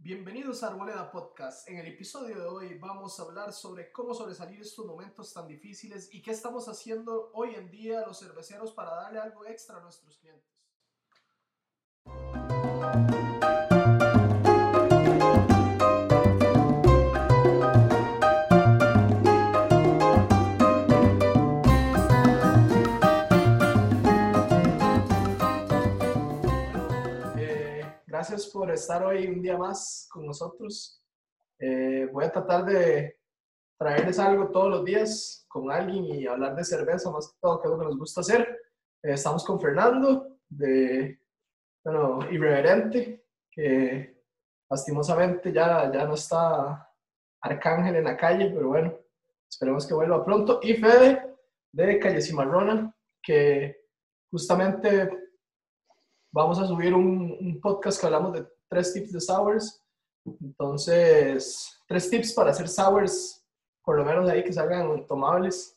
Bienvenidos a Arboleda Podcast. En el episodio de hoy vamos a hablar sobre cómo sobresalir estos momentos tan difíciles y qué estamos haciendo hoy en día los cerveceros para darle algo extra a nuestros clientes. Gracias por estar hoy un día más con nosotros. Voy a tratar de traerles algo todos los días con alguien y hablar de cerveza, más que todo, que es lo que nos gusta hacer. Estamos con Fernando, Irreverente, que lastimosamente ya no está Arcángel en la calle, pero bueno, esperemos que vuelva pronto. Y Fede, de Calle Cimarrona, que justamente vamos a subir un podcast que hablamos de 3 tips de sours. Entonces, 3 tips para hacer sours, por lo menos ahí que salgan tomables.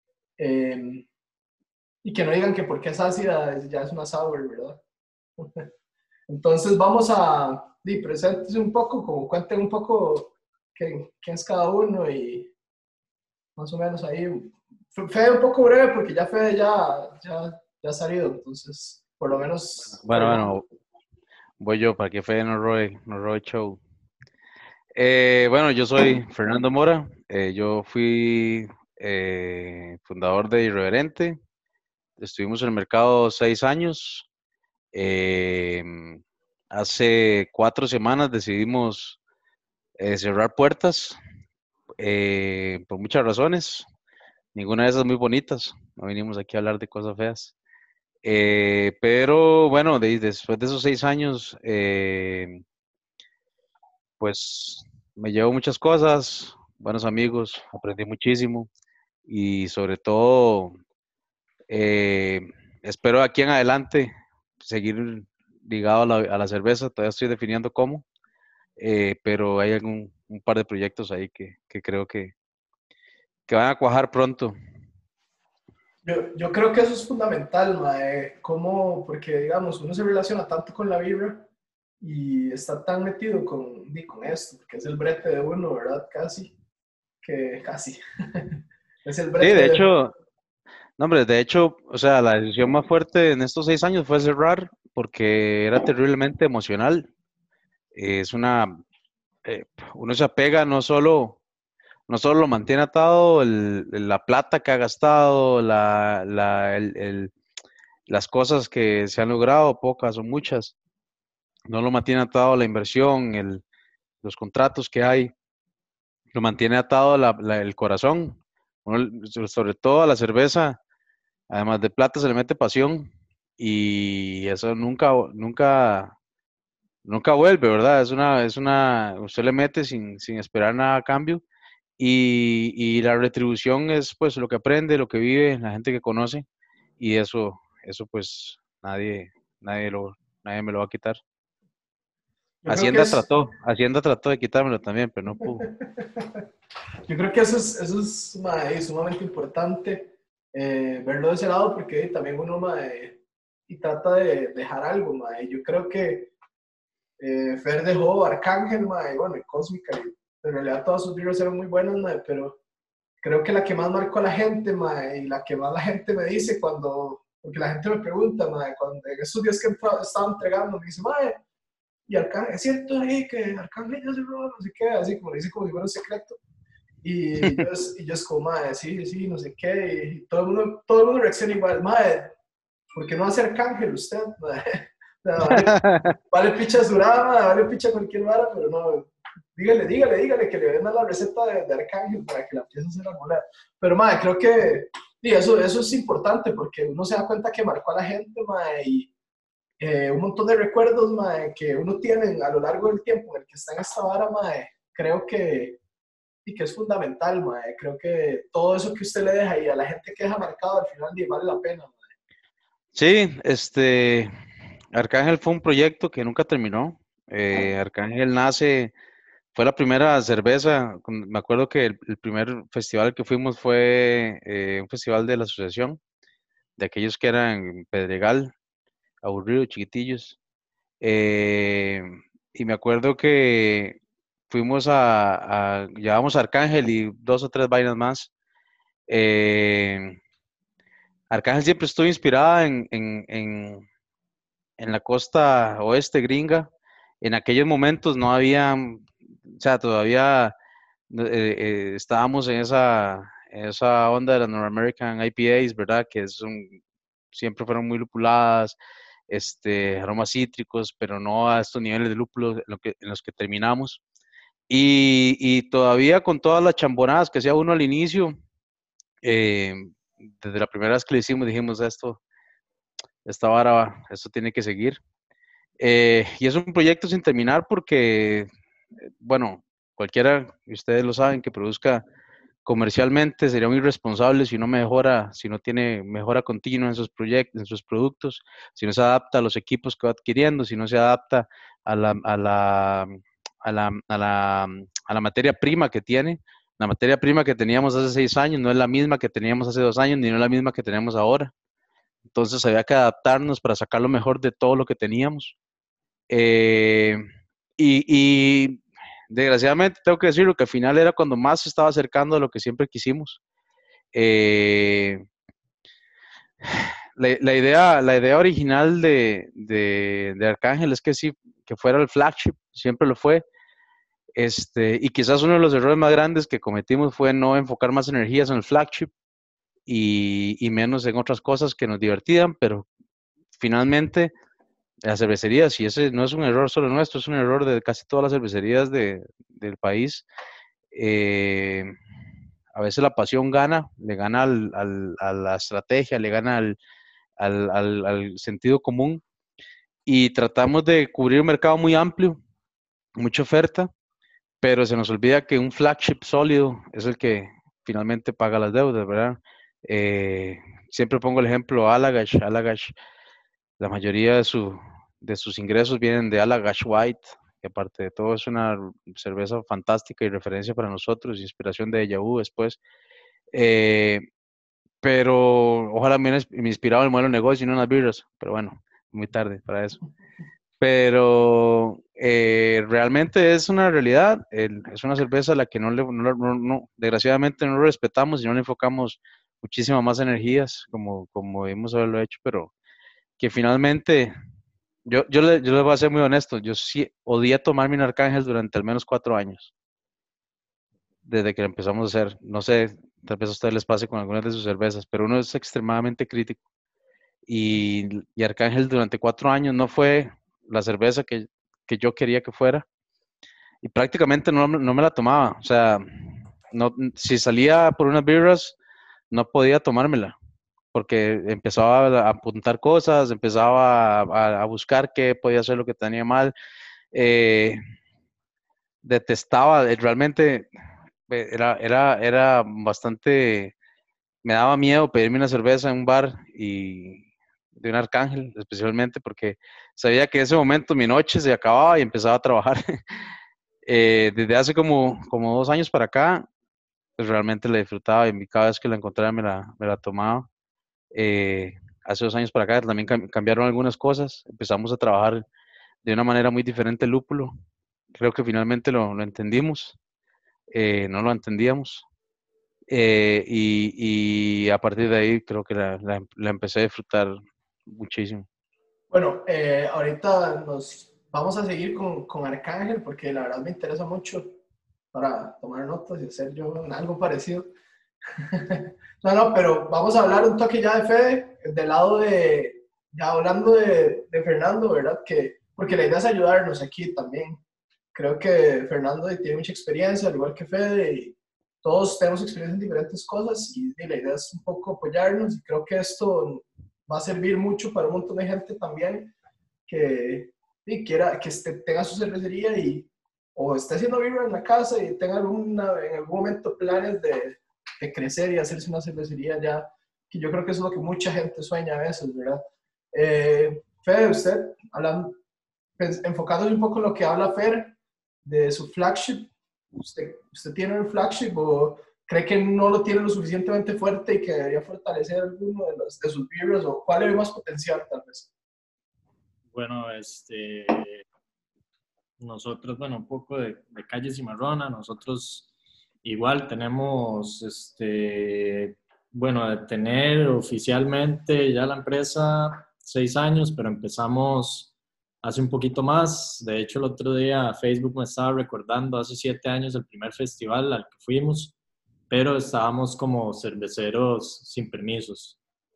Y que no digan que porque es ácida ya es una sour, ¿verdad? Entonces vamos a preséntese un poco, como cuenten un poco quién es cada uno y más o menos ahí. Fede un poco breve porque ya Fede ya ha salido, entonces por lo menos Bueno, voy yo para que Fede no robe show. Bueno, yo soy Fernando Mora, yo fui fundador de Irreverente, estuvimos en el mercado 6 años. eh, Hace 4 semanas decidimos cerrar puertas por muchas razones, ninguna de esas muy bonitas, no vinimos aquí a hablar de cosas feas. Pero bueno, después de esos 6 años, pues me llevo muchas cosas, buenos amigos, aprendí muchísimo y sobre todo eh, espero de aquí en adelante seguir ligado a la cerveza, todavía estoy definiendo cómo, pero hay un par de proyectos ahí que creo que van a cuajar pronto. yo creo que eso es fundamental, porque digamos, uno se relaciona tanto con la birra y está tan metido con esto, porque es el brete de uno, ¿verdad? Casi. Es el Sí, brete de... no, hombre, de hecho, o sea, la decisión más fuerte en estos 6 años fue cerrar porque era terriblemente emocional. Es eh, uno se apega no solo lo mantiene atado la plata que ha gastado, las cosas que se han logrado, pocas o muchas, no lo mantiene atado la inversión, los contratos que hay, lo mantiene atado el corazón. Sobre todo a la cerveza, además de plata, se le mete pasión y eso nunca vuelve, ¿verdad? Usted le mete sin esperar nada a cambio y la retribución es pues lo que aprende, lo que vive, la gente que conoce y eso pues nadie lo, nadie me lo va a quitar. Yo creo que es... Hacienda trató de quitármelo también, pero no pudo. Yo creo que eso es sumamente importante, verlo de ese lado, porque también uno y trata de dejar algo. Yo creo que Fer dejó Arcángel, y bueno, y Cósmica, y en realidad todas sus libros eran muy buenos, pero creo que la que más marcó a la gente, y la que más la gente me dice porque la gente me pregunta, cuando en esos días que estaba entregando, me dice, y Arcángel, es cierto ahí que Arcángel ya se robó, no sé qué, así como le dice como si fuera un secreto. Y yo es como, sí, no sé qué, y todo el mundo reacciona igual, ¿por qué no hace Arcángel usted? O sea, vale picha surada, vale picha cualquier vara, pero no, dígale que le den la receta de Arcángel para que la empiece a hacer la moneda. Pero creo que eso es importante porque uno se da cuenta que marcó a la gente, y un montón de recuerdos, que uno tiene a lo largo del tiempo en el que está en esta vara, creo que es fundamental, creo que todo eso que usted le deja y a la gente que deja marcado al final vale la pena. Sí, Arcángel fue un proyecto que nunca terminó. Arcángel fue la primera cerveza, me acuerdo que el primer festival al que fuimos fue un festival de la asociación, de aquellos que eran en Pedregal, aburridos, chiquitillos. Eh, y me acuerdo que fuimos llevamos a Arcángel y dos o tres vainas más. Eh, Arcángel siempre estuvo inspirada en la costa oeste gringa. En aquellos momentos no había, o sea, todavía estábamos en esa onda de las North American IPAs, ¿verdad? Siempre fueron muy lupuladas, aromas cítricos, pero no a estos niveles de lúpulo en los que terminamos. Y todavía con todas las chambonadas que hacía uno al inicio, eh, desde la primera vez que lo hicimos dijimos esta vara, esto tiene que seguir. Y es un proyecto sin terminar porque, bueno, cualquiera, y ustedes lo saben, que produzca comercialmente sería muy irresponsable si no mejora, si no tiene mejora continua en sus proyectos, en sus productos, si no se adapta a los equipos que va adquiriendo, si no se adapta a la, a la, a la materia prima que tiene. La materia prima que teníamos hace 6 años no es la misma que teníamos hace 2 años, ni no es la misma que tenemos ahora. Entonces había que adaptarnos para sacar lo mejor de todo lo que teníamos. Eh, y desgraciadamente tengo que decirlo que al final era cuando más se estaba acercando a lo que siempre quisimos. Eh, la idea original de Arcángel es que sí, que fuera el flagship, siempre lo fue. Y quizás uno de los errores más grandes que cometimos fue no enfocar más energías en el flagship y menos en otras cosas que nos divertían, pero finalmente las cervecerías, y ese no es un error solo nuestro, es un error de casi todas las cervecerías del país. eh, a veces la pasión gana, le gana a la estrategia, le gana al sentido común y tratamos de cubrir un mercado muy amplio, mucha oferta, pero se nos olvida que un flagship sólido es el que finalmente paga las deudas, ¿verdad? Eh, Siempre pongo el ejemplo Allagash. Allagash, la mayoría de sus ingresos vienen de Allagash White, que aparte de todo es una cerveza fantástica y referencia para nosotros, inspiración de Yahoo después. Eh, pero ojalá me inspiraba el modelo de negocio y no en las birras, pero bueno, muy tarde para eso. Pero realmente es una realidad, es una cerveza a la que desgraciadamente no lo respetamos y no le enfocamos muchísimas más energías como debimos haberlo hecho, pero que finalmente, yo les voy a ser muy honesto, yo sí odié tomar mi Arcángel durante al menos 4 años, desde que lo empezamos a hacer. No sé, tal vez a ustedes les pase con algunas de sus cervezas, pero uno es extremadamente crítico. Y Arcángel durante 4 años no fue la cerveza que yo quería que fuera. Y prácticamente no me la tomaba. O sea, no, si salía por unas birras, no podía tomármela. Porque empezaba a apuntar cosas, empezaba a buscar qué podía hacer lo que tenía mal. Eh, Detestaba, realmente era bastante, me daba miedo pedirme una cerveza en un bar y de un Arcángel, especialmente porque sabía que en ese momento mi noche se acababa y empezaba a trabajar. Desde hace como 2 años para acá, pues realmente la disfrutaba y cada vez que la encontraba me la tomaba. Eh, Hace 2 años para acá también cambiaron algunas cosas, empezamos a trabajar de una manera muy diferente el lúpulo. Creo que finalmente lo entendimos, no lo entendíamos. Y a partir de ahí creo que la empecé a disfrutar muchísimo. Bueno, ahorita nos vamos a seguir con Arcángel porque la verdad me interesa mucho para tomar notas y hacer yo algo parecido. No, no, pero vamos a hablar un toque ya de Fede, del lado ya hablando de Fernando, ¿verdad? Porque la idea es ayudarnos aquí también. Creo que Fernando tiene mucha experiencia, al igual que Fede, y todos tenemos experiencia en diferentes cosas y la idea es un poco apoyarnos y creo que esto va a servir mucho para un montón de gente también que quiera, tenga su cervecería o esté haciendo birra en la casa y tenga en algún momento planes de crecer y hacerse una cervecería ya, que yo creo que eso es lo que mucha gente sueña a veces, ¿verdad? Fede, usted, hablando, enfocándose un poco en lo que habla Fer de su flagship, ¿usted tiene un flagship o cree que no lo tiene lo suficientemente fuerte y que debería fortalecer alguno de sus birras o cuál le ve más potencial tal vez? Bueno, nosotros, bueno, un poco de Calle Cimarrona, nosotros igual tenemos, bueno, de tener oficialmente ya la empresa 6 años, pero empezamos hace un poquito más. De hecho, el otro día Facebook me estaba recordando hace 7 años el primer festival al que fuimos, pero estábamos como cerveceros sin permisos.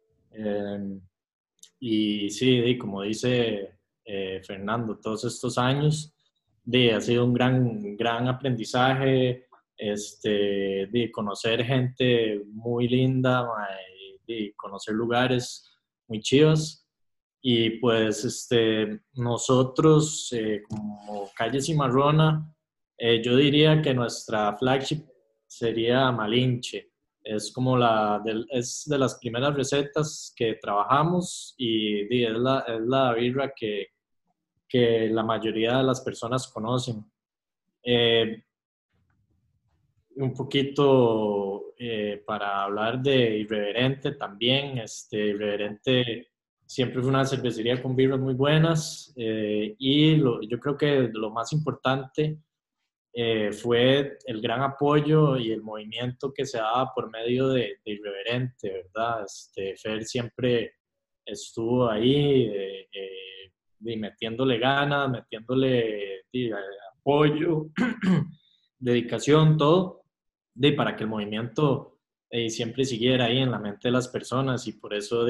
Y sí, como dice Fernando, todos estos años ha sido un gran aprendizaje, de conocer gente muy linda, de conocer lugares muy chivos. Y pues nosotros, como Calle Cimarrona, yo diría que nuestra flagship sería Malinche. Es como es de las primeras recetas que trabajamos y es la birra que la mayoría de las personas conocen. Eh, un poquito para hablar de Irreverente también. Irreverente siempre fue una cervecería con birras muy buenas y yo creo que lo más importante fue el gran apoyo y el movimiento que se daba por medio de Irreverente, ¿verdad? Fer siempre estuvo ahí metiéndole ganas, metiéndole apoyo, dedicación, todo, para que el movimiento siempre siguiera ahí en la mente de las personas y por eso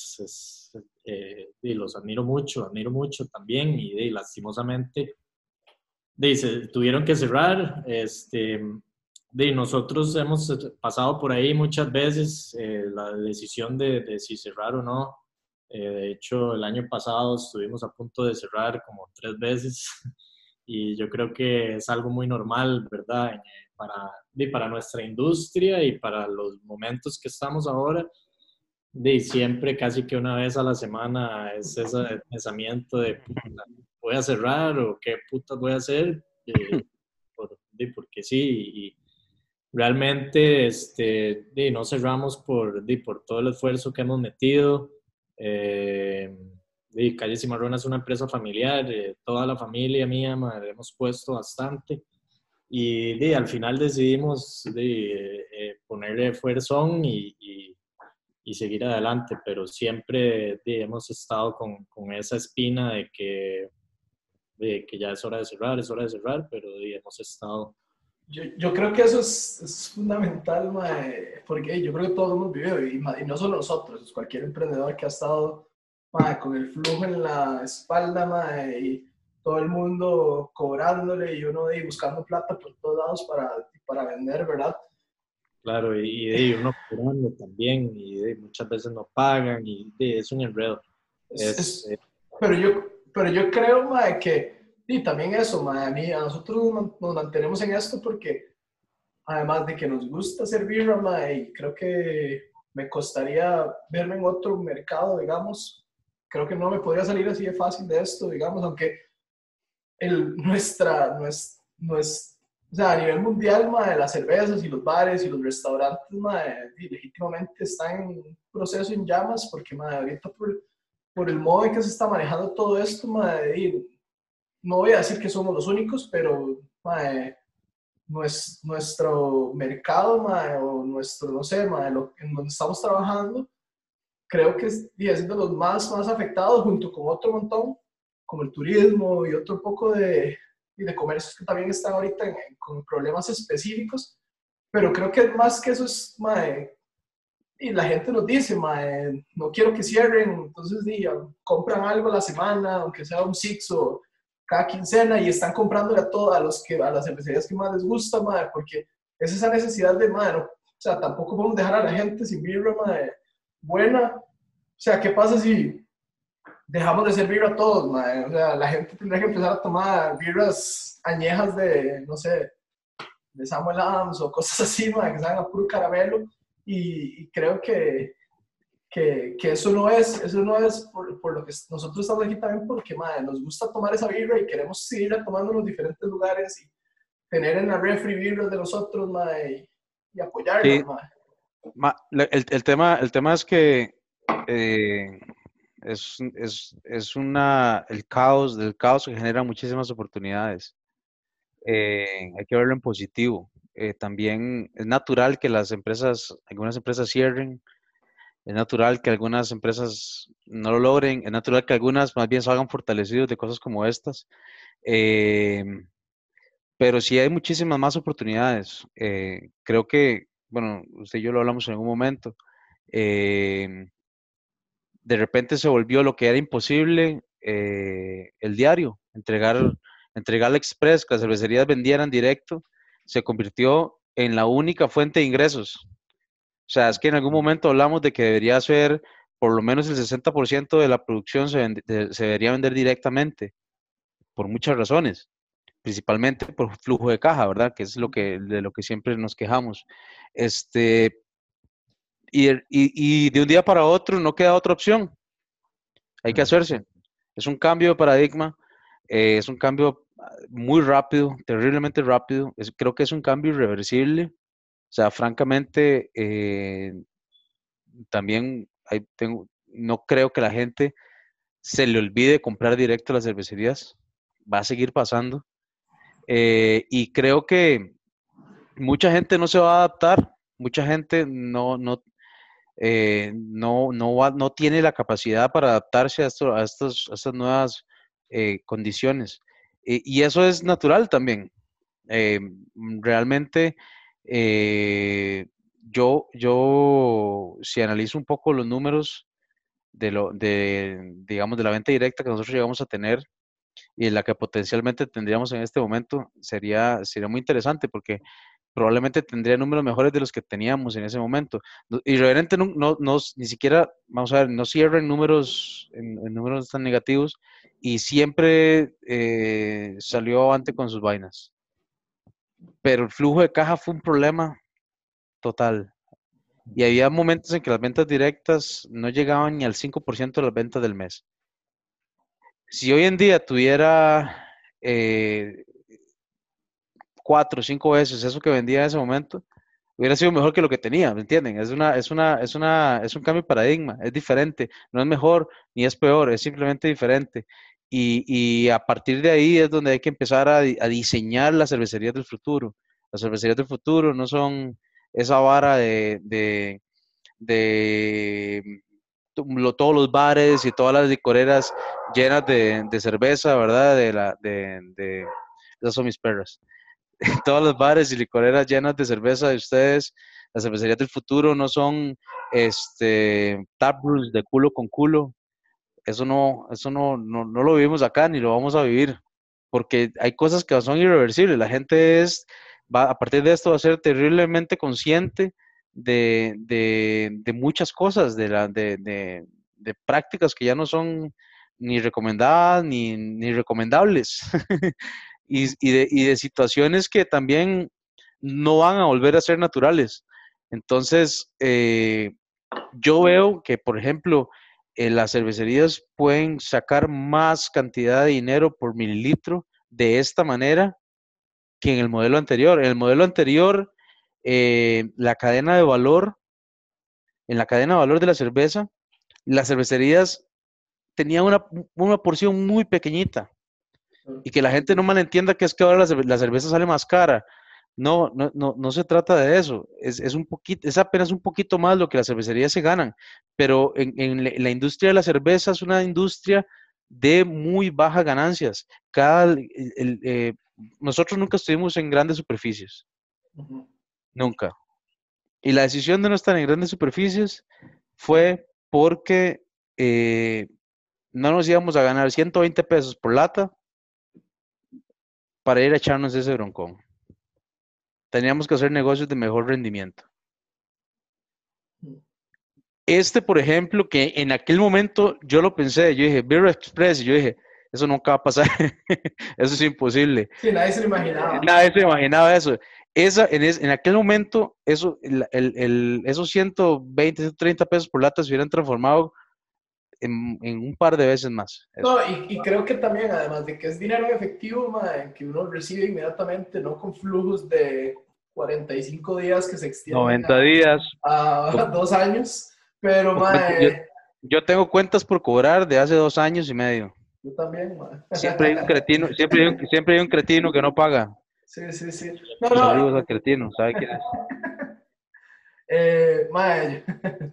los admiro mucho también y lastimosamente tuvieron que cerrar. Nosotros hemos pasado por ahí muchas veces la decisión de si cerrar o no. De hecho, el año pasado estuvimos a punto de cerrar como 3 veces y yo creo que es algo muy normal, ¿verdad? Para nuestra industria y para los momentos que estamos ahora. Siempre, casi que una vez a la semana, es ese pensamiento de puta, voy a cerrar o qué putas voy a hacer, porque sí, y realmente no cerramos por todo el esfuerzo que hemos metido. Calle Cimarrón es una empresa familiar, toda la familia mía le hemos puesto bastante y al final decidimos ponerle esfuerzo y seguir adelante, pero siempre hemos estado con esa espina de que ya es hora de cerrar, pero hemos estado. Yo creo que eso es fundamental, mae, porque yo creo que todos hemos vivido, y no solo nosotros, es cualquier emprendedor que ha estado mae, con el flujo en la espalda, mae, y todo el mundo cobrándole y uno buscando plata por todos lados para vender, ¿verdad? Claro, y uno cobrando también, y muchas veces no pagan, y es un enredo. Pero yo creo, mae, que y también eso, mae, a nosotros nos mantenemos en esto porque además de que nos gusta hacer birra, mae, y creo que me costaría verme en otro mercado, digamos. Creo que no me podría salir así de fácil de esto, digamos, aunque o sea, a nivel mundial, mae, las cervezas y los bares y los restaurantes, mae, legítimamente están en un proceso en llamas porque, mae, ahorita por el modo en que se está manejando todo esto, mae, no voy a decir que somos los únicos, pero mae, nuestro mercado, mae, o nuestro, no sé, mae, en donde estamos trabajando, creo que es de los más afectados junto con otro montón, como el turismo y otro poco de comercios que también están ahorita con problemas específicos, pero creo que más que eso es, mae, y la gente nos dice, mae, no quiero que cierren, entonces compran algo a la semana, aunque sea un Six o cada quincena, y están comprándole a las cervecerías que más les gusta, mae, porque es esa necesidad de, mae, o sea, tampoco podemos dejar a la gente sin birra, mae, buena. O sea, ¿qué pasa si dejamos de hacer birra a todos, mae? O sea, la gente tendría que empezar a tomar birras añejas de, no sé, de Samuel Adams o cosas así, mae, que saben a puro caramelo, y creo que eso no es por lo que nosotros estamos aquí también, porque madre, nos gusta tomar esa birra y queremos seguir tomando en los diferentes lugares y tener en la refri birras de nosotros, madre, y apoyarnos, Sí. madre. El tema es que el caos, del caos que genera muchísimas oportunidades. Hay que verlo en positivo. También es natural que algunas empresas cierren, es natural que algunas empresas no lo logren, es natural que algunas más bien salgan fortalecidos de cosas como estas. Eh, pero sí hay muchísimas más oportunidades. Creo que, bueno, usted y yo lo hablamos en algún momento. eh, de repente se volvió lo que era imposible, el diario, entregar al express, que las cervecerías vendieran directo, se convirtió en la única fuente de ingresos. O sea, es que en algún momento hablamos de que debería ser por lo menos el 60% de la producción se debería vender directamente, por muchas razones, principalmente por flujo de caja, ¿verdad? Que es de lo que siempre nos quejamos. Este, y de un día para otro no queda otra opción, hay que hacerse. Es un cambio de paradigma, es un cambio muy rápido, terriblemente rápido. Creo que es un cambio irreversible. O sea, francamente, también no creo que la gente se le olvide comprar directo a las cervecerías. Va a seguir pasando. Y creo que mucha gente no se va a adaptar. Mucha gente no tiene la capacidad para adaptarse a estas nuevas condiciones. Y eso es natural también. Eh, Realmente, eh, si analizo un poco los números digamos, de la venta directa que nosotros llegamos a tener y la que potencialmente tendríamos en este momento, sería muy interesante porque probablemente tendría números mejores de los que teníamos en ese momento. Irreverente ni siquiera, vamos a ver, no cierra en números tan negativos y siempre salió avante con sus vainas. Pero el flujo de caja fue un problema total. Y había momentos en que las ventas directas no llegaban ni al 5% de las ventas del mes. Si hoy en día tuviera 4 o 5 veces eso que vendía en ese momento, hubiera sido mejor que lo que tenía, ¿me entienden? Es un cambio de paradigma, es diferente, no es mejor ni es peor, es simplemente diferente. Y a partir de ahí es donde hay que empezar a diseñar las cervecerías del futuro. Las cervecerías del futuro no son esa vara de todos los bares y todas las licoreras llenas de cerveza, ¿verdad? Esas son mis perras. Todos los bares y licoreras llenas de cerveza de ustedes, las cervecerías del futuro no son taprooms de culo con culo. Eso no lo vivimos acá ni lo vamos a vivir, porque hay cosas que son irreversibles. La gente a partir de esto va a ser terriblemente consciente de muchas cosas, de prácticas que ya no son ni recomendadas ni recomendables. Y de situaciones que también no van a volver a ser naturales. Entonces, yo veo que, por ejemplo, las cervecerías pueden sacar más cantidad de dinero por mililitro de esta manera que en el modelo anterior. En el modelo anterior, la cadena de valor, en la cadena de valor de la cerveza, las cervecerías tenían una porción muy pequeñita y que la gente no malentienda que es que ahora la cerveza sale más cara. No se trata de eso. Es apenas un poquito más lo que las cervecerías se ganan. Pero en la industria de la cerveza es una industria de muy bajas ganancias. Nosotros nunca estuvimos en grandes superficies. Nunca. Y la decisión de no estar en grandes superficies fue porque no nos íbamos a ganar 120 pesos por lata para ir a echarnos ese broncón. Teníamos que hacer negocios de mejor rendimiento. Por ejemplo, que en aquel momento yo lo pensé, yo dije, Beer Express, y yo dije, eso nunca va a pasar, eso es imposible. Sí, nadie se lo imaginaba. Nadie se imaginaba eso. En aquel momento, esos 120, 130 pesos por lata se hubieran transformado en un par de veces más. No, y creo que también, además de que es dinero en efectivo, mae, que uno recibe inmediatamente, no con flujos de 45 días que se extienden 90 días. a 2 años, pero mae, Yo tengo cuentas por cobrar de hace 2 años y medio. Yo también, mae. Siempre hay un cretino, siempre hay un cretino que no paga. Sí, sí, sí. No, Saludos no, al cretino, ¿sabe quién es? mae,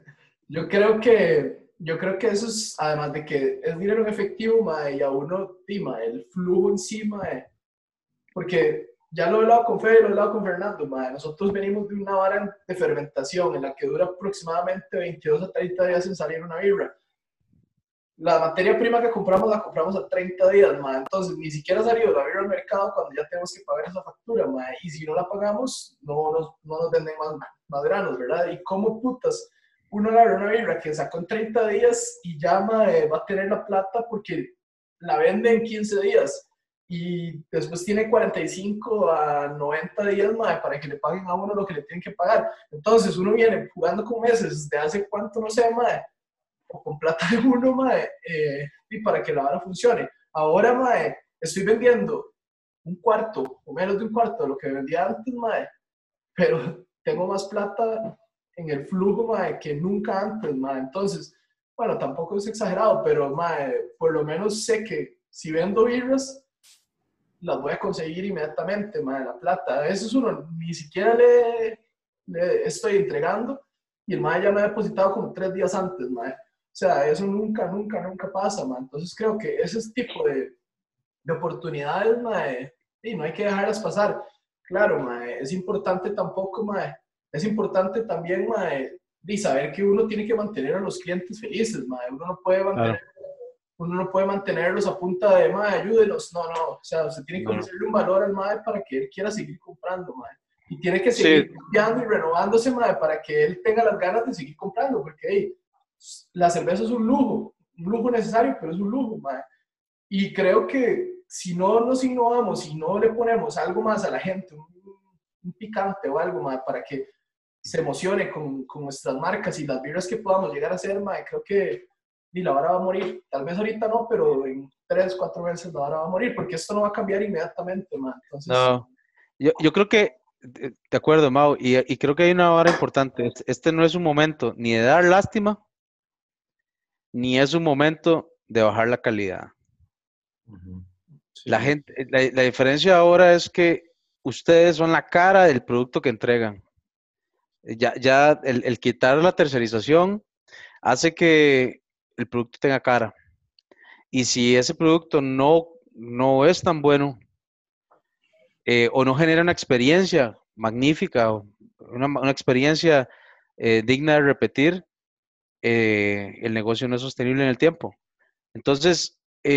yo creo que eso es, además de que es dinero en efectivo, mae, y a uno, mae, el flujo encima, porque ya lo he hablado con Fede, lo he hablado con Fernando, mae, nosotros venimos de una vara de fermentación en la que dura aproximadamente 22 a 30 días en salir una birra. La materia prima que compramos la compramos a 30 días, ma. Entonces ni siquiera ha salido la birra al mercado cuando ya tenemos que pagar esa factura, ma. Y si no la pagamos, no nos venden más granos, ¿verdad? ¿Y cómo putas uno agarra una birra que sacó en 30 días y ya va a tener la plata porque la vende en 15 días? Y después tiene 45 a 90 días, ma, para que le paguen a uno lo que le tienen que pagar. Entonces uno viene jugando con meses de hace cuánto, no sé, ma, o con plata de uno, mae, y para que la vara funcione. Ahora, mae, estoy vendiendo un cuarto o menos de un cuarto de lo que vendía antes, mae, pero tengo más plata en el flujo, mae, que nunca antes, mae. Entonces, bueno, tampoco es exagerado, pero, mae, por lo menos sé que si vendo birras, las voy a conseguir inmediatamente, mae, la plata. A veces uno ni siquiera le estoy entregando y el mae ya me ha depositado como 3 días antes, mae. O sea, eso nunca pasa, mae. Entonces creo que ese tipo de oportunidades, mae, y no hay que dejarlas pasar. Claro, mae, es importante tampoco, mae, es importante también, mae, de saber que uno tiene que mantener a los clientes felices, mae. Claro, Uno no puede mantenerlos a punta de, mae, ayúdenos. No, no, o sea, usted tiene que no. ofrecerle un valor al mae para que él quiera seguir comprando, mae. Y tiene que Sí, seguir cambiando y renovándose, mae, para que él tenga las ganas de seguir comprando, porque hey, la cerveza es un lujo necesario, pero es un lujo, mae. Y creo que si no nos innovamos, si no le ponemos algo más a la gente, un picante o algo más para que se emocione con nuestras marcas y las birras que podamos llegar a hacer, mae, creo que y la vara va a morir. Tal vez ahorita no, pero en 3, 4 meses la vara va a morir, porque esto no va a cambiar inmediatamente, mae. Entonces, no. Yo creo que, de acuerdo, Mau, y creo que hay una hora importante. Este no es un momento ni de dar lástima, ni es un momento de bajar la calidad. Ujú. La Sí, gente, la diferencia ahora es que ustedes son la cara del producto que entregan. Ya el quitar la tercerización hace que el producto tenga cara. Y si ese producto no es tan bueno o no genera una experiencia magnífica, o una experiencia digna de repetir, el negocio no es sostenible en el tiempo. Entonces,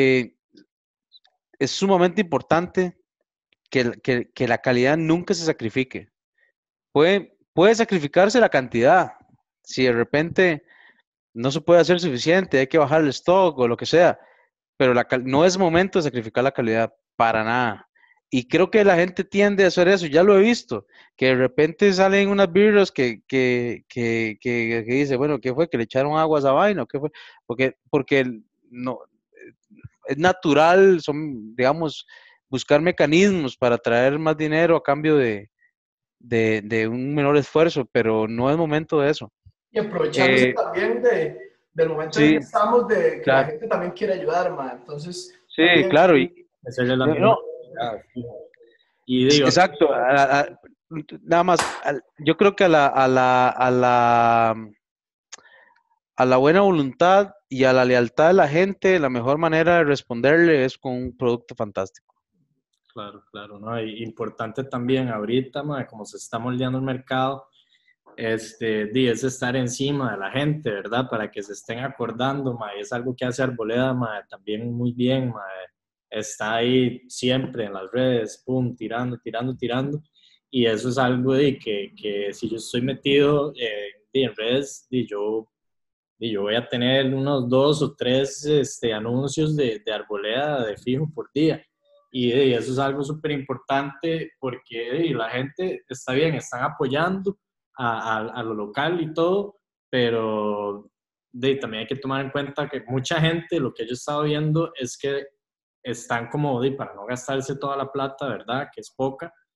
es sumamente importante que la calidad nunca se sacrifique. Puede sacrificarse la cantidad. Si de repente no se puede hacer suficiente, hay que bajar el stock o lo que sea, pero no es momento de sacrificar la calidad para nada. Y creo que la gente tiende a hacer eso, ya lo he visto, que de repente salen unas birras que dice, bueno, ¿qué fue? ¿Que le echaron agua a esa vaina? ¿O qué fue? Porque no, es natural, son, digamos, buscar mecanismos para traer más dinero a cambio de un menor esfuerzo, pero no es momento de eso. y aprovechándose Eh, también del momento en el que sí, estamos, de que la claro, gente también quiere ayudar, mae. Entonces, sí, también, claro, hacerle la misma no, actividad, fijo. Y digo, exacto, nada más, yo creo que a la buena voluntad y a la lealtad de la gente, la mejor manera de responderle es con un producto fantástico. claro, claro, ¿no? Y importante también ahorita, mae, como se está moldeando el mercado, es estar encima de la gente, ¿verdad? Para que se estén acordando, mae. Es algo que hace Arboleda, mae, también muy bien, mae. Está ahí siempre en las redes, pum, tirando, tirando, tirando. Y eso es algo de que si yo estoy metido en redes, yo voy a tener unos 2 o 3 anuncios de Arboleda de fijo por día. Y eso es algo súper importante porque la gente está bien, están apoyando a lo local y todo, pero también hay que tomar en cuenta que mucha gente, lo que yo he estado viendo es que están como, para no gastarse toda la plata, ¿verdad? Que es poca,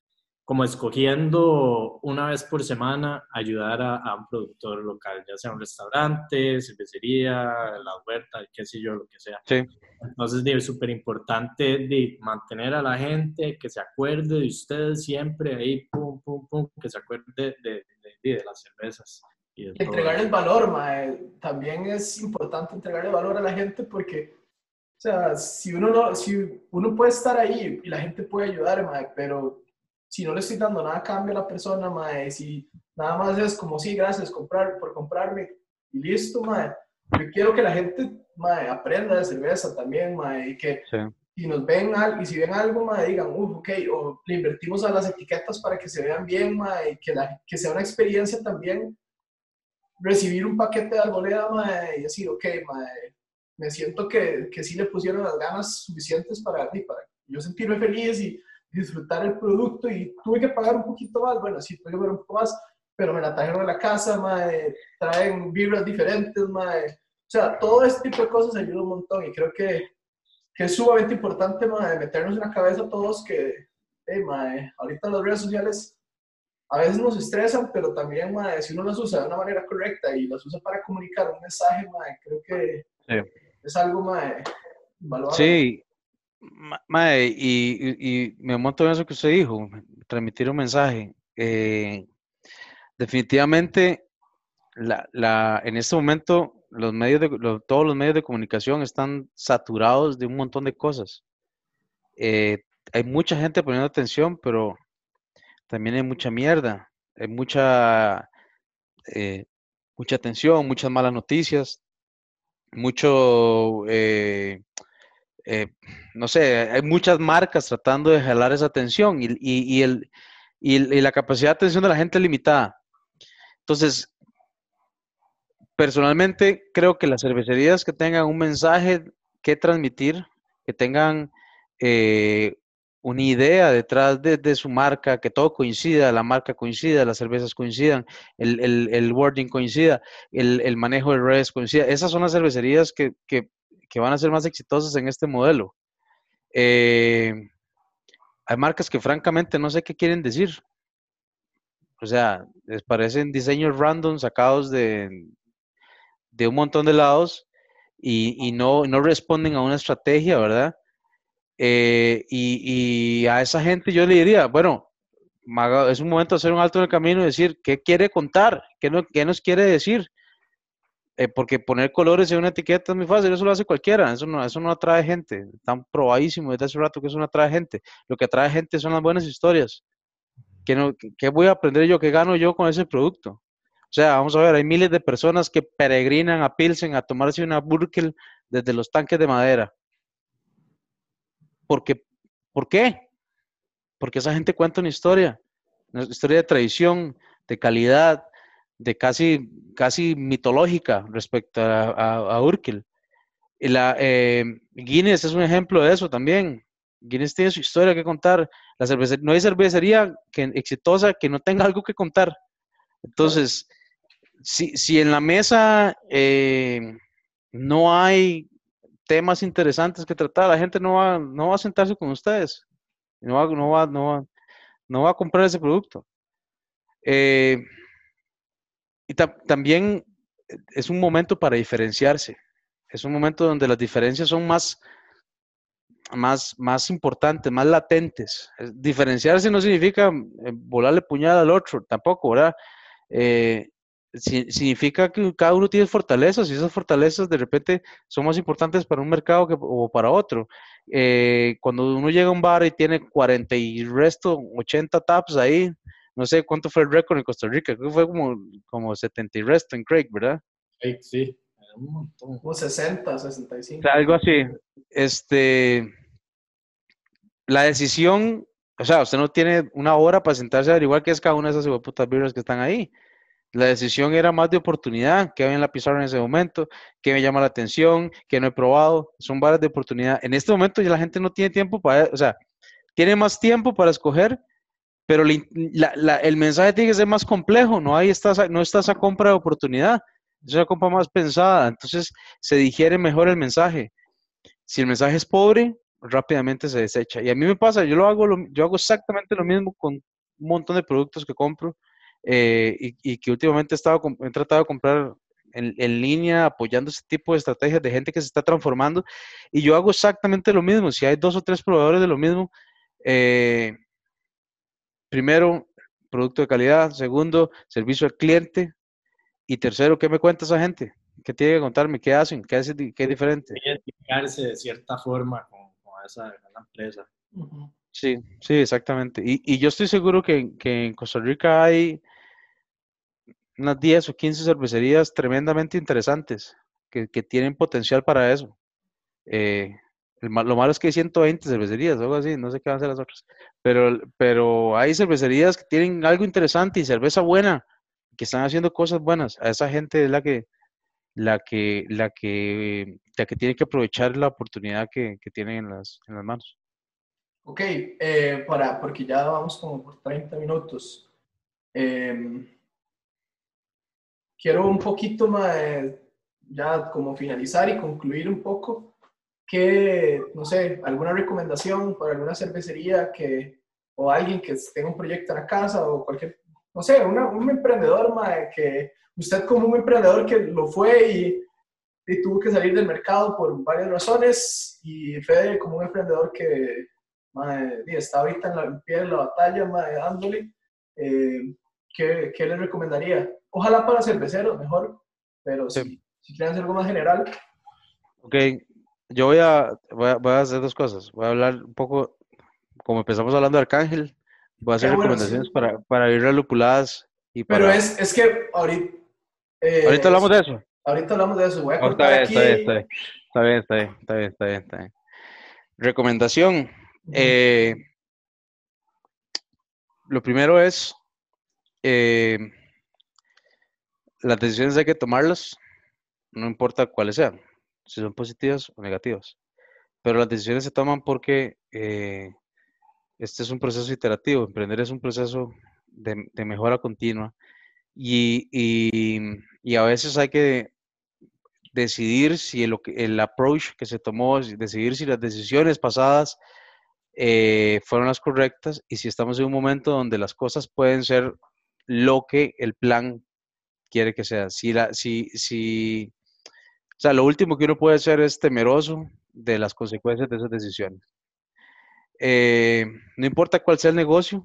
como escogiendo una vez por semana ayudar a un productor local, ya sea un restaurante, cervecería, la huerta, qué sé yo, lo que sea. Sí. Entonces, es súper importante mantener a la gente que se acuerde de ustedes siempre, ahí, pum, pum, pum, que se acuerde de las cervezas y de todo Entregarles eso. valor, mae. También es importante entregarle valor a la gente porque, o sea, si uno puede estar ahí y la gente puede ayudar, mae, pero si no le estoy dando nada a cambio a la persona, mae, si nada más es como, sí, gracias por comprarme y listo, mae. Yo quiero que la gente, mae, aprenda de cerveza también, mae, y que Sí. si nos ven algo, y si ven algo, mae, digan, ok, o le invertimos a las etiquetas para que se vean bien, mae, y que sea una experiencia también recibir un paquete de arboleda, mae, y decir, ok, mae, me siento que sí le pusieron las ganas suficientes para yo sentirme feliz y disfrutar el producto, y tuve que pagar un poquito más, bueno, sí, tuve que pagar un poco más, pero me la trajeron a la casa, mae, traen vibras diferentes, mae. O sea, todo este tipo de cosas ayuda un montón, y creo que es sumamente importante, mae, meternos en la cabeza a todos que, hey, mae, ahorita las redes sociales a veces nos estresan, pero también, mae, si uno las usa de una manera correcta y las usa para comunicar un mensaje, mae, creo que Sí. es algo, mae, invaluable. Sí, mae, y me monto en eso que usted dijo, transmitir un mensaje. Definitivamente, en este momento, todos los medios de comunicación están saturados de un montón de cosas. Hay mucha gente poniendo atención, pero también hay mucha mierda, hay eh, mucha atención, muchas malas noticias, mucho, eh, no sé, hay muchas marcas tratando de jalar esa atención y la capacidad de atención de la gente es limitada. Entonces, personalmente creo que las cervecerías que tengan un mensaje que transmitir, que tengan eh, una idea detrás de su marca, que todo coincida, la marca coincida, las cervezas coincidan, el wording coincida, el manejo de redes coincida. Esas son las cervecerías que van a ser más exitosas en este modelo. Eh, Hay marcas que francamente no sé qué quieren decir. O sea, les parecen diseños random sacados de un montón de lados y no responden a una estrategia, ¿verdad? Y a esa gente yo le diría, bueno, es un momento de hacer un alto en el camino y decir qué quiere contar, qué nos quiere decir. Porque poner colores en una etiqueta es muy fácil, eso lo hace cualquiera, eso no atrae gente, están probadísimo desde hace rato que eso no atrae gente. Lo que atrae gente son las buenas historias. ¿Qué voy a aprender yo? ¿Qué gano yo con ese producto? O sea, vamos a ver, hay miles de personas que peregrinan a Pilsen a tomarse una Burkel desde los tanques de madera. Porque, ¿Por qué? Porque esa gente cuenta una historia de tradición, de calidad, de casi mitológica respecto a Urkel. Guinness es un ejemplo de eso también. Guinness tiene su historia que contar. No hay cervecería exitosa que no tenga algo que contar. Entonces, si en la mesa no hay temas interesantes que tratar, la gente no va a sentarse con ustedes. No va a comprar ese producto. Eh, y también es un momento para diferenciarse. Es un momento donde las diferencias son más importantes, más latentes. Diferenciarse no significa volarle puñal al otro, tampoco, ¿verdad? Eh, Significa que cada uno tiene fortalezas y esas fortalezas de repente son más importantes para un mercado o para otro. Cuando uno llega a un bar y tiene 40 y resto, 80 taps ahí, no sé cuánto fue el récord en Costa Rica, creo que fue como 70 y resto en Craig, ¿verdad? Sí, un montón. Como 60, O sea, 65. algo así. Este, la decisión, o sea, usted no tiene una hora para sentarse a averiguar qué es cada una de esas putas birras que están ahí. La decisión era más de oportunidad, que había en la pizarra en ese momento, que me llama la atención, que no he probado, son varias de oportunidad. En este momento ya la gente no tiene tiempo o sea, tiene más tiempo para escoger, pero el mensaje tiene que ser más complejo, no está esa compra de oportunidad, es una compra más pensada, entonces se digiere mejor el mensaje. Si el mensaje es pobre, rápidamente se desecha. Y a mí me pasa, yo hago exactamente lo mismo un montón de productos que compro y que últimamente he tratado de comprar en línea apoyando este tipo de estrategias de gente que se está transformando y yo hago exactamente lo mismo. Si hay 2 o 3 proveedores de lo mismo, eh, primero, producto de calidad, segundo, servicio al cliente y tercero, ¿qué me cuenta esa gente? ¿Qué tiene que contarme? ¿Qué hacen? ¿Qué es diferente? Identificarse de cierta forma con esa empresa. Ujú. Sí, sí, exactamente. Y yo estoy seguro que en Costa Rica hay unas 10 o 15 cervecerías tremendamente interesantes que tienen potencial para eso. Eh, lo malo es que hay 120 cervecerías o algo así, no sé qué van a hacer las otras. Pero hay cervecerías que tienen algo interesante y cerveza buena, que están haciendo cosas buenas. A esa gente es la que tiene que aprovechar la oportunidad que tienen en las manos. Ok, porque ya vamos como por 30 minutos. Eh, Quiero un poquito más, ya como finalizar y concluir un poco, que, no sé, alguna recomendación para alguna cervecería o alguien que tenga un proyecto en la casa o cualquier, no sé, un emprendedor, mae, que usted como un emprendedor que lo fue y tuvo que salir del mercado por varias razones y Fede como un emprendedor que mae, está ahorita en pie de la batalla, mae, dándole, eh, ¿qué le recomendaría? Ojalá para cerveceros mejor, pero Sí. si quieren hacer algo más general. Ok, yo voy a hacer 2 cosas. Voy a hablar un poco, como empezamos hablando de Arcángel, voy a hacer Bueno, recomendaciones sí. para ir lupuladas y Pero para... es que ahorita, Ahorita eh, hablamos de eso. ahorita hablamos de eso. Voy a Oh, está cortar bien, está bien, está aquí. bien. Está bien, está bien, está bien, está bien, está bien. Recomendación. Ujú. eh, lo primero es, eh, las decisiones hay que tomarlas, no importa cuáles sean, si son positivas o negativas. Pero las decisiones se toman porque este es un proceso iterativo. Emprender es un proceso de mejora continua y a veces hay que decidir si el approach que se tomó, decidir si las decisiones pasadas fueron las correctas y si estamos en un momento donde las cosas pueden ser lo que el plan quiere que sea. O sea, lo último que uno puede hacer es temeroso de las consecuencias de esas decisiones. No importa cuál sea el negocio,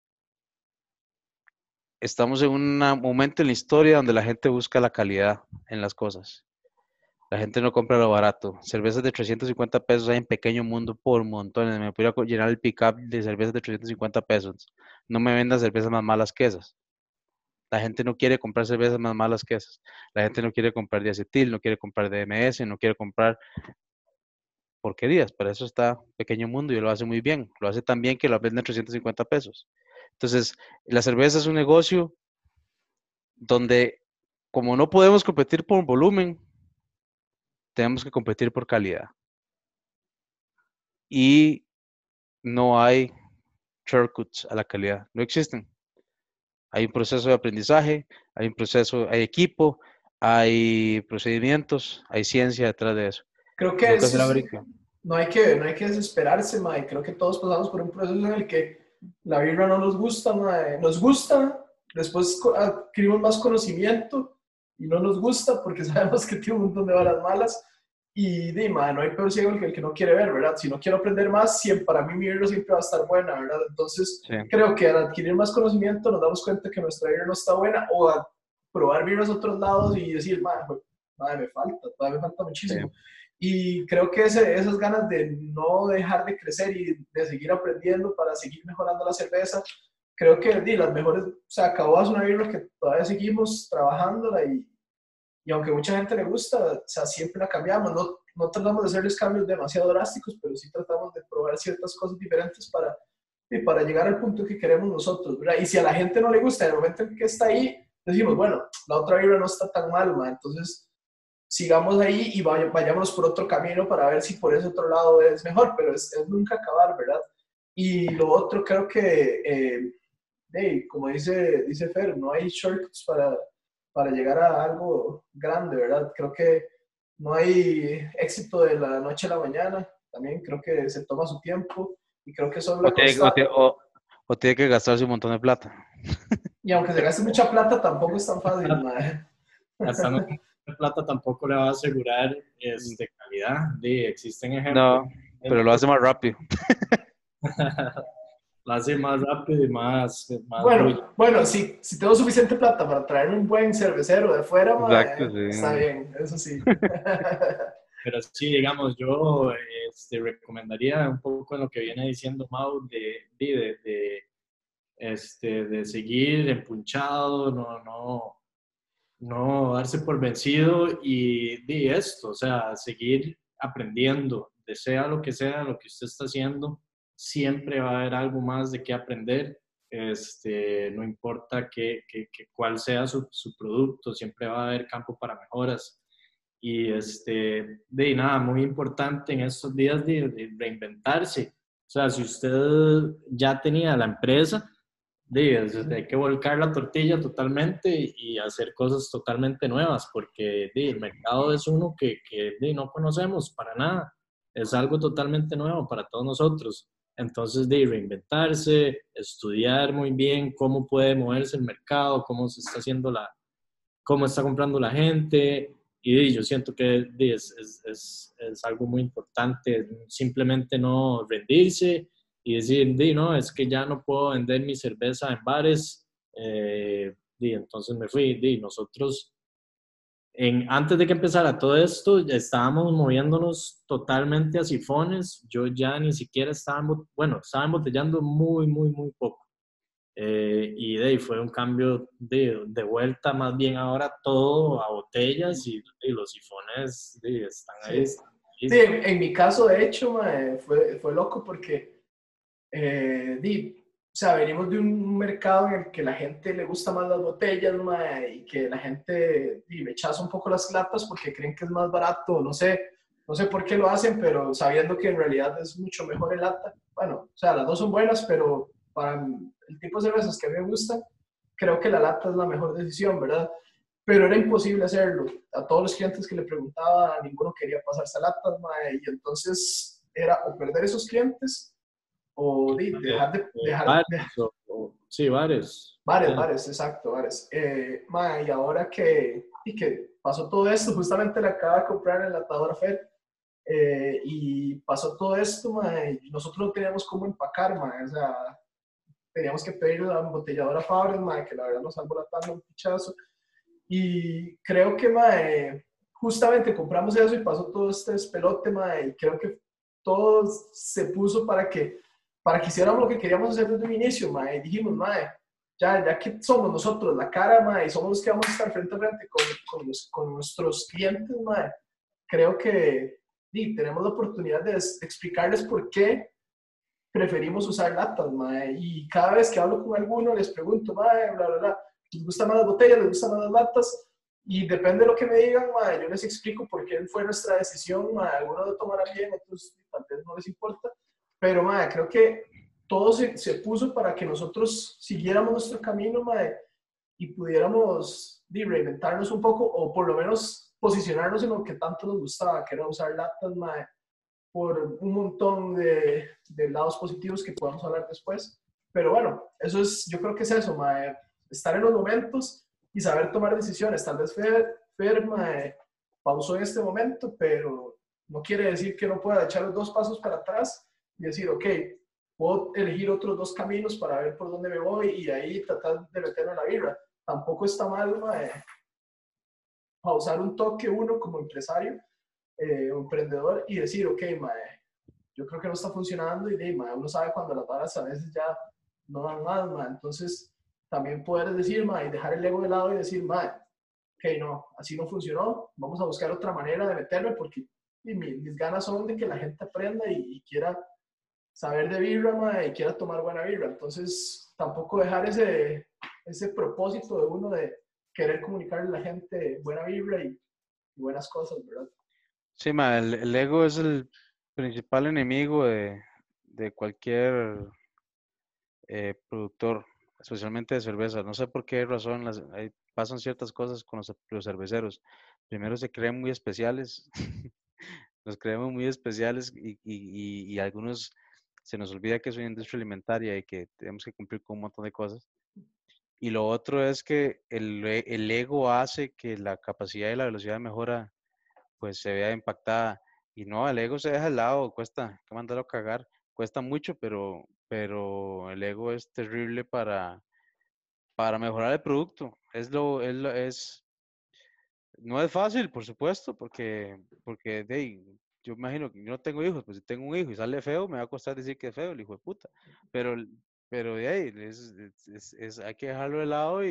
estamos en un momento en la historia donde la gente busca la calidad en las cosas. La gente no compra lo barato. Cervezas de 350 pesos hay en pequeño mundo por montones. Me podría llenar el pick-up de cervezas de 350 pesos. No me vendan cervezas más malas que esas. La gente no quiere comprar cervezas más malas que esas. La gente no quiere comprar de acetil, no quiere comprar de MS, no quiere comprar porquerías. Para eso está Pequeño Mundo y lo hace muy bien. Lo hace tan bien que lo venden 350 pesos. Entonces, la cerveza es un negocio donde, como no podemos competir por volumen, tenemos que competir por calidad. Y no hay shortcuts a la calidad. No existen. Hay un proceso de aprendizaje, hay equipo, hay procedimientos, hay ciencia detrás de eso. Creo que Nunca será brica. no hay que desesperarse, mae. Creo que todos pasamos por un proceso en el que la birra no nos gusta, mae. Nos gusta, después adquirimos más conocimiento y no nos gusta porque sabemos que tiene un montón de varas malas. Y di, mae, no hay peor ciego que el que no quiere ver, ¿verdad? Si no quiero aprender más, siempre, para mí mi birra siempre va a estar buena, ¿verdad? Entonces, Sí, creo que al adquirir más conocimiento nos damos cuenta que nuestra birra no está buena o a probar birras a otros lados y decir, mae, todavía me falta sí. muchísimo. Y creo que esas ganas de no dejar de crecer y de seguir aprendiendo para seguir mejorando la cerveza, creo que las mejores, o sea, acabó es una birra que todavía seguimos trabajándola y aunque mucha gente le gusta, o sea, siempre la cambiamos, no tratamos de hacerles cambios demasiado drásticos, pero sí tratamos de probar ciertas cosas diferentes para llegar al punto que queremos nosotros, ¿verdad? Y si a la gente no le gusta, en el momento en que está ahí, decimos, bueno, la otra birra no está tan mal, ma, entonces sigamos ahí y vayamos por otro camino para ver si por ese otro lado es mejor, pero es nunca acabar, ¿verdad? Y lo otro creo que, hey, como dice Fer, no hay shortcuts para llegar a algo grande, ¿verdad? Creo que no hay éxito de la noche a la mañana, también creo que se toma su tiempo y creo que solo O la tiene, o, constancia. tiene- o- o tiene que gastarse un montón de plata. Y aunque se gaste mucha plata, tampoco es tan fácil, mae. Gastando plata tampoco le va a asegurar calidad. Existen ejemplos. No, pero lo hace más rápido. Lo hace más rápido y más bulla. Bueno, si tengo suficiente plata para traerme un buen cervecero de fuera, Exacto, mae, está sí. bien, eso sí. Pero sí, digamos, yo recomendaría un poco en lo que viene diciendo Mau de seguir empunchado, no darse por vencido y esto, o sea, seguir aprendiendo, de sea lo que usted está haciendo, siempre va a haber algo más de qué aprender, no importa cuál sea su producto, siempre va a haber campo para mejoras. Y nada, muy importante en estos días de reinventarse. O sea, si usted ya tenía la empresa, hay que volcar la tortilla totalmente y hacer cosas totalmente nuevas, porque el mercado es uno que no conocemos para nada. Es algo totalmente nuevo para todos nosotros. Entonces, reinventarse, estudiar muy bien cómo puede moverse el mercado, cómo se está haciendo cómo está comprando la gente. Y yo siento que es algo muy importante, simplemente no rendirse y decir, no, es que ya no puedo vender mi cerveza en bares, entonces me fui. Nosotros, antes de que empezara todo esto, ya estábamos moviéndonos totalmente a sifones, yo ya ni siquiera estaba embotellando muy, muy, muy poco. Y de ahí fue un cambio de vuelta, más bien ahora todo a botellas y los sifones están ahí. Sí, sí en mi caso, de hecho, mae, fue loco porque o sea, venimos de un mercado en el que la gente le gusta más las botellas, mae, y que la gente rechaza un poco las latas porque creen que es más barato, no sé por qué lo hacen, pero sabiendo que en realidad es mucho mejor en lata. Bueno, o sea, las dos son buenas, pero para el tipo de cervezas que a mí me gustan, creo que la lata es la mejor decisión, ¿verdad? Pero era imposible hacerlo. A todos los clientes que le preguntaba, ninguno quería pasarse a latas, mae, y entonces era o perder esos clientes o Bares, sí, bares. bares, exacto, bares. Y ahora que pasó todo esto, justamente le acaba de comprar el enlatador a Fer, y pasó todo esto, y nosotros no teníamos cómo empacar, o sea, teníamos que pedirle a la embotelladora Fabres, que la verdad nos salvó la tabla un pichazo, y creo que, justamente compramos eso y pasó todo este despelote, y creo que todo se puso para que hiciéramos lo que queríamos hacer desde un inicio, y dijimos, ya que somos nosotros la cara, y somos los que vamos a estar frente a frente con nuestros clientes, creo que tenemos la oportunidad de explicarles por qué preferimos usar latas, y cada vez que hablo con alguno les pregunto, bla, bla, bla, ¿les gustan más las botellas, les gustan más las latas? Y depende de lo que me digan, yo les explico por qué fue nuestra decisión, algunos lo tomarán bien, otros tal vez no les importa, pero creo que todo se puso para que nosotros siguiéramos nuestro camino, y pudiéramos reinventarnos un poco, o por lo menos posicionarnos en lo que tanto nos gustaba, que era usar latas, por un montón de lados positivos que podamos hablar después. Pero bueno, yo creo que es eso, estar en los momentos y saber tomar decisiones. Tal vez Fer pausó en este momento, pero no quiere decir que no pueda echar los dos pasos para atrás y decir, ok, puedo elegir otros dos caminos para ver por dónde me voy y ahí tratar de meterme en la birra. Tampoco está mal, pausar un toque uno como empresario o emprendedor y decir, ok, yo creo que no está funcionando y uno sabe cuando las varas a veces ya no dan más, entonces también poder decir, y dejar el ego de lado y decir, ok, no, así no funcionó, vamos a buscar otra manera de meterme porque mis ganas son de que la gente aprenda y quiera saber de birra, y quiera tomar buena birra, entonces tampoco dejar ese propósito de uno de querer comunicarle a la gente buena birra y buenas cosas, ¿verdad? Sí, el ego es el principal enemigo de cualquier productor, especialmente de cerveza. No sé por qué razón ahí pasan ciertas cosas con los cerveceros. Primero se creen muy especiales, nos creemos muy especiales y algunos se nos olvida que es una industria alimentaria y que tenemos que cumplir con un montón de cosas. Y lo otro es que el ego hace que la capacidad y la velocidad de mejora pues se vea impactada. Y no, el ego se deja al lado, cuesta, que mandarlo a cagar, cuesta mucho, pero el ego es terrible para mejorar el producto. No es fácil, por supuesto, porque yo imagino que yo no tengo hijos, pues si tengo un hijo y sale feo, me va a costar decir que es feo, el hijo de puta. Pero, pero de ahí, hay que dejarlo de lado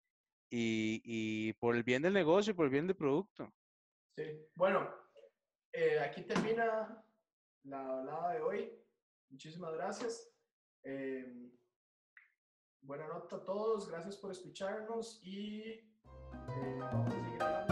y por el bien del negocio, por el bien del producto. Sí, bueno, aquí termina la hablada de hoy. Muchísimas gracias. Buena nota a todos, gracias por escucharnos y vamos a seguir hablando.